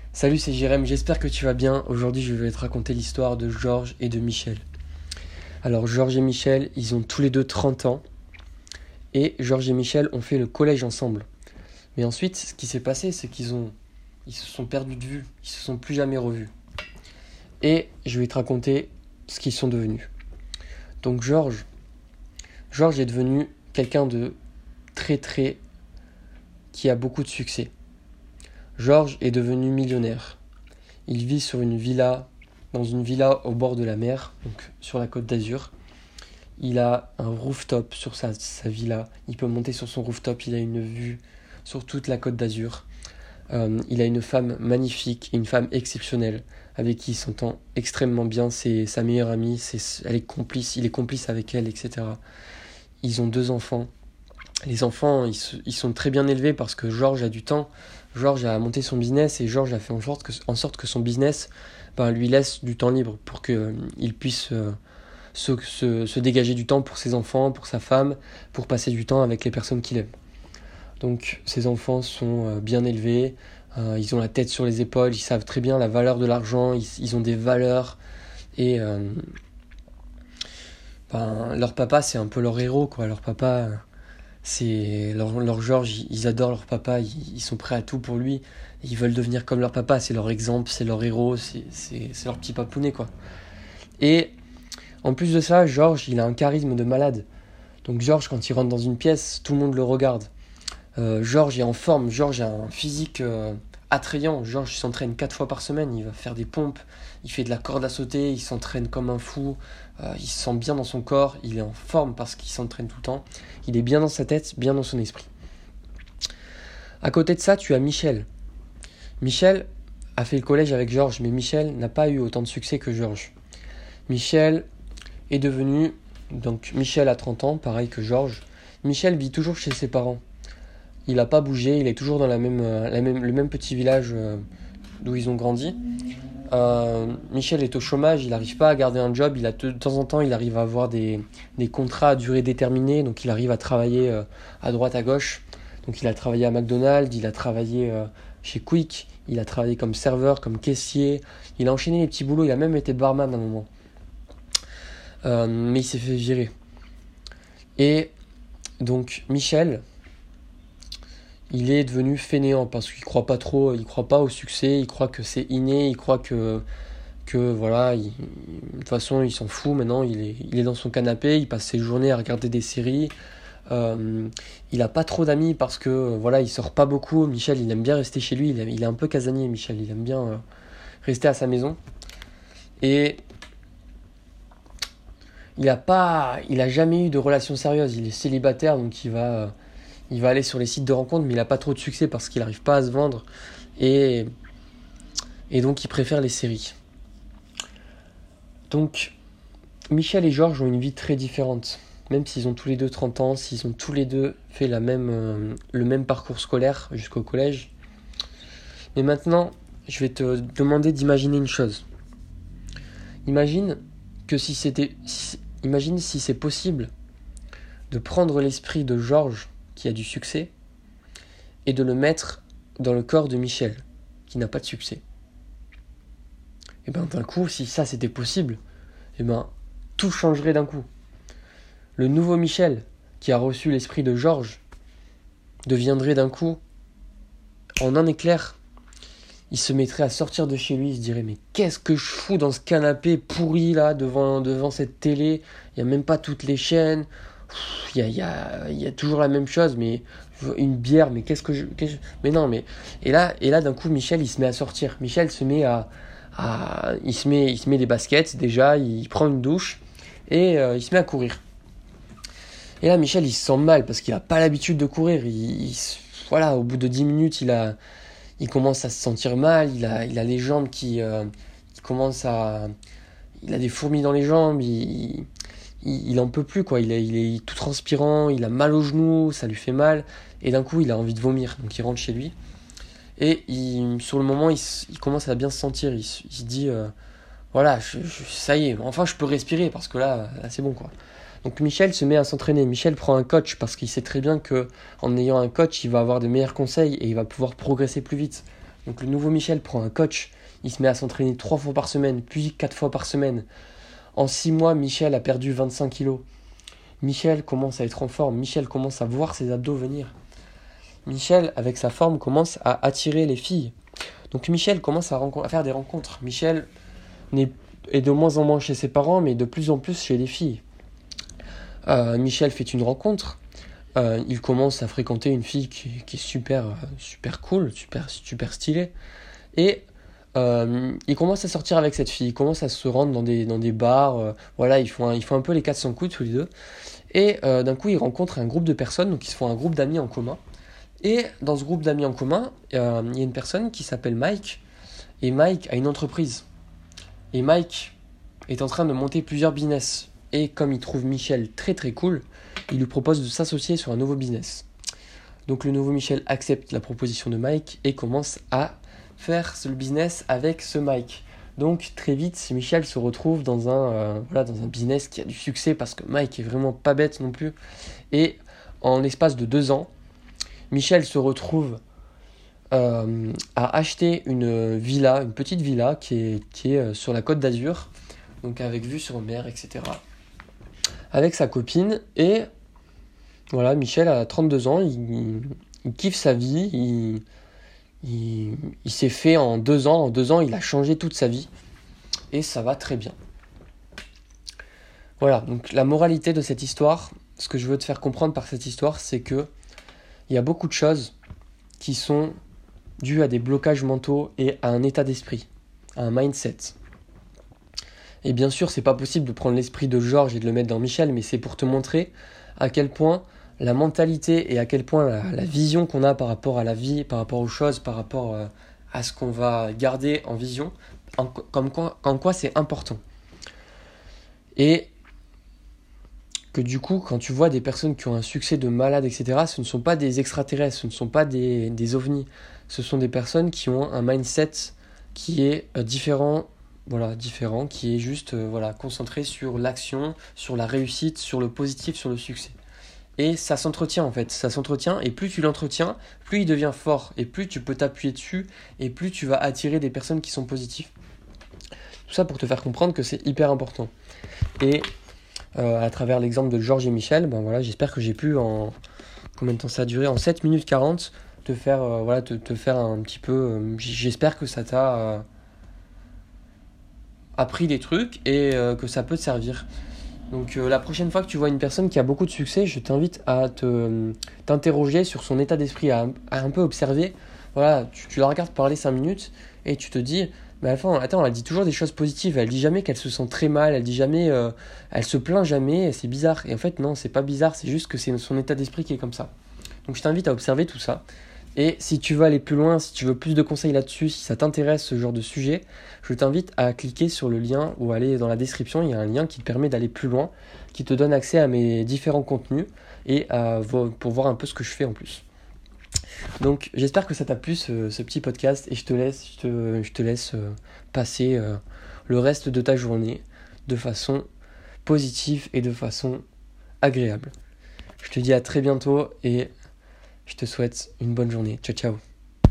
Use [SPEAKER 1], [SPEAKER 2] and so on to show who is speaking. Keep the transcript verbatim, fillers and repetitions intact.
[SPEAKER 1] Salut, c'est Jérém, j'espère que tu vas bien. Aujourd'hui, je vais te raconter l'histoire de Georges et de Michel. Alors, Georges et Michel, ils ont tous les deux trente ans. Et Georges et Michel ont fait le collège ensemble. Mais ensuite, ce qui s'est passé, c'est qu'ils ont, ils se sont perdus de vue. Ils se sont plus jamais revus. Et je vais te raconter ce qu'ils sont devenus. Donc, Georges, Georges est devenu quelqu'un de très très... qui a beaucoup de succès. Georges est devenu millionnaire. Il vit sur une villa, dans une villa au bord de la mer, donc sur la côte d'Azur. Il a un rooftop sur sa, sa villa. Il peut monter sur son rooftop. Il a une vue sur toute la côte d'Azur. Euh, il a une femme magnifique, une femme exceptionnelle, avec qui il s'entend extrêmement bien. C'est sa meilleure amie. C'est, elle est complice. Il est complice avec elle, et cetera. Ils ont deux enfants. Les enfants, ils, se, ils sont très bien élevés parce que Georges a du temps. Georges a monté son business et Georges a fait en sorte que, en sorte que son business ben, lui laisse du temps libre pour qu'il euh, puisse euh, se, se, se dégager du temps pour ses enfants, pour sa femme, pour passer du temps avec les personnes qu'il aime. Donc ses enfants sont euh, bien élevés, euh, ils ont la tête sur les épaules, ils savent très bien la valeur de l'argent, ils, ils ont des valeurs et euh, ben, leur papa c'est un peu leur héros, quoi. Leur papa... C'est leur, leur Georges, ils adorent leur papa, ils, ils sont prêts à tout pour lui. Ils veulent devenir comme leur papa, c'est leur exemple, c'est leur héros, c'est, c'est, c'est leur petit papounet, quoi. Et en plus de ça, Georges, il a un charisme de malade. Donc Georges, quand il rentre dans une pièce, tout le monde le regarde. Euh, Georges est en forme, Georges a un physique euh, attrayant. Georges s'entraîne quatre fois par semaine, il va faire des pompes, il fait de la corde à sauter, il s'entraîne comme un fou. Euh, il se sent bien dans son corps, il est en forme parce qu'il s'entraîne tout le temps. Il est bien dans sa tête, bien dans son esprit. À côté de ça, tu as Michel. Michel a fait le collège avec Georges, mais Michel n'a pas eu autant de succès que Georges. Michel est devenu... Donc Michel a trente ans, pareil que Georges. Michel vit toujours chez ses parents. Il n'a pas bougé, il est toujours dans la même, la même, le même petit village euh, d'où ils ont grandi. Euh, Michel est au chômage, il n'arrive pas à garder un job, il a de, de temps en temps il arrive à avoir des, des contrats à durée déterminée, donc il arrive à travailler euh, à droite à gauche. Donc il a travaillé à McDonald's, il a travaillé euh, chez Quick, il a travaillé comme serveur, comme caissier, il a enchaîné les petits boulots, il a même été barman à un moment. Euh, mais il s'est fait virer. Et donc Michel, il est devenu fainéant parce qu'il croit pas trop, il croit pas au succès, il croit que c'est inné, il croit que que voilà, il, de toute façon il s'en fout maintenant, il est, il est dans son canapé, il passe ses journées à regarder des séries, euh, il a pas trop d'amis parce que voilà, il sort pas beaucoup. Michel, il aime bien rester chez lui, il, il est un peu casanier. Michel, il aime bien euh, rester à sa maison et il a pas, il a jamais eu de relation sérieuse, il est célibataire donc il va euh, il va aller sur les sites de rencontres mais il a pas trop de succès parce qu'il arrive pas à se vendre et et donc il préfère les séries. Donc, Michel et Georges ont une vie très différente. Même s'ils ont tous les deux trente ans, s'ils ont tous les deux fait la même, euh, le même parcours scolaire jusqu'au collège. Mais maintenant, je vais te demander d'imaginer une chose. Imagine que si c'était... Si, imagine si c'est possible de prendre l'esprit de Georges, qui a du succès, et de le mettre dans le corps de Michel, qui n'a pas de succès. Et bien d'un coup, si ça c'était possible, et ben tout changerait d'un coup. Le nouveau Michel, qui a reçu l'esprit de Georges, deviendrait d'un coup, en un éclair, il se mettrait à sortir de chez lui, il se dirait mais qu'est-ce que je fous dans ce canapé pourri là, devant, devant cette télé, il n'y a même pas toutes les chaînes, il y a, y, a, y a toujours la même chose, mais une bière, mais qu'est-ce que je... Qu'est-ce, mais non, mais... Et là, et là d'un coup, Michel, il se met à sortir. Michel se met à... à il, se met, il se met des baskets, déjà, il prend une douche, et euh, il se met à courir. Et là, Michel, il se sent mal, parce qu'il n'a pas l'habitude de courir. Il, il, voilà, au bout de dix minutes, il, a, il commence à se sentir mal, il a, il a les jambes qui, euh, qui commencent à... Il a des fourmis dans les jambes, il... Il, il en peut plus, quoi. Il est, il est tout transpirant, il a mal aux genoux, ça lui fait mal, et d'un coup il a envie de vomir, donc il rentre chez lui. Et il, sur le moment, il, il commence à bien se sentir. Il, il se dit, euh, voilà, je, je, ça y est, enfin je peux respirer parce que là, là c'est bon, quoi. Donc Michel se met à s'entraîner. Michel prend un coach parce qu'il sait très bien que en ayant un coach, il va avoir de meilleurs conseils et il va pouvoir progresser plus vite. Donc le nouveau Michel prend un coach, il se met à s'entraîner trois fois par semaine, puis quatre fois par semaine. En six mois, Michel a perdu vingt-cinq kilos. Michel commence à être en forme, Michel commence à voir ses abdos venir. Michel, avec sa forme, commence à attirer les filles. Donc Michel commence à, renco- à faire des rencontres. Michel n'est, est de moins en moins chez ses parents, mais de plus en plus chez les filles. Euh, Michel fait une rencontre. Euh, il commence à fréquenter une fille qui, qui est super, super cool, super, super stylée. Et euh, il commence à sortir avec cette fille. Il commence à se rendre dans des, dans des bars. Euh, voilà, ils font, un, ils font un peu les quatre cents coups tous les deux. Et euh, d'un coup, il rencontre un groupe de personnes. Donc ils se font un groupe d'amis en commun. Et dans ce groupe d'amis en commun, euh, il y a une personne qui s'appelle Mike. Et Mike a une entreprise. Et Mike est en train de monter plusieurs business. Et comme il trouve Michel très très cool, il lui propose de s'associer sur un nouveau business. Donc le nouveau Michel accepte la proposition de Mike et commence à faire ce business avec ce Mike. Donc très vite, Michel se retrouve dans un, euh, voilà, dans un business qui a du succès parce que Mike est vraiment pas bête non plus. Et en l'espace de deux ans, Michel se retrouve euh, à acheter une villa, une petite villa qui est, qui est sur la Côte d'Azur, donc avec vue sur mer, et cetera. Avec sa copine. Et voilà, Michel a trente-deux ans, il, il, il kiffe sa vie, il, il, il s'est fait en deux ans, en deux ans il a changé toute sa vie et ça va très bien. Voilà, donc la moralité de cette histoire, ce que je veux te faire comprendre par cette histoire, c'est que il y a beaucoup de choses qui sont dues à des blocages mentaux et à un état d'esprit, à un mindset. Et bien sûr, c'est pas possible de prendre l'esprit de Georges et de le mettre dans Michel, mais c'est pour te montrer à quel point la mentalité et à quel point la, la vision qu'on a par rapport à la vie, par rapport aux choses, par rapport euh, à ce qu'on va garder en vision, en, comme quoi, comme quoi c'est important. Et que du coup, quand tu vois des personnes qui ont un succès de malade, et cetera, ce ne sont pas des extraterrestres, ce ne sont pas des, des ovnis, ce sont des personnes qui ont un mindset qui est euh, différent, voilà, différent, qui est juste euh, voilà, concentré sur l'action, sur la réussite, sur le positif, sur le succès. Et ça s'entretient en fait, ça s'entretient, et plus tu l'entretiens, plus il devient fort, et plus tu peux t'appuyer dessus, et plus tu vas attirer des personnes qui sont positives. Tout ça pour te faire comprendre que c'est hyper important. Et euh, à travers l'exemple de Georges et Michel, ben voilà, j'espère que j'ai pu en... Combien de temps ça a duré ? En sept minutes quarante, te faire, euh, voilà, te, te faire un petit peu... Euh, j'espère que ça t'a euh, appris des trucs, et euh, que ça peut te servir. Donc euh, la prochaine fois que tu vois une personne qui a beaucoup de succès, je t'invite à te, euh, t'interroger sur son état d'esprit, à, à un peu observer. Voilà, tu, tu la regardes parler cinq minutes et tu te dis, mais attends, attends, elle dit toujours des choses positives, elle dit jamais qu'elle se sent très mal, elle dit jamais, euh, elle se plaint jamais, c'est bizarre. Et en fait non, c'est pas bizarre, c'est juste que c'est son état d'esprit qui est comme ça. Donc je t'invite à observer tout ça. Et si tu veux aller plus loin, si tu veux plus de conseils là-dessus, si ça t'intéresse ce genre de sujet, je t'invite à cliquer sur le lien ou aller dans la description. Il y a un lien qui te permet d'aller plus loin, qui te donne accès à mes différents contenus et à, pour voir un peu ce que je fais en plus. Donc j'espère que ça t'a plu ce, ce petit podcast et je te laisse, je te, je te laisse passer euh, le reste de ta journée de façon positive et de façon agréable. Je te dis à très bientôt et je te souhaite une bonne journée. Ciao, ciao.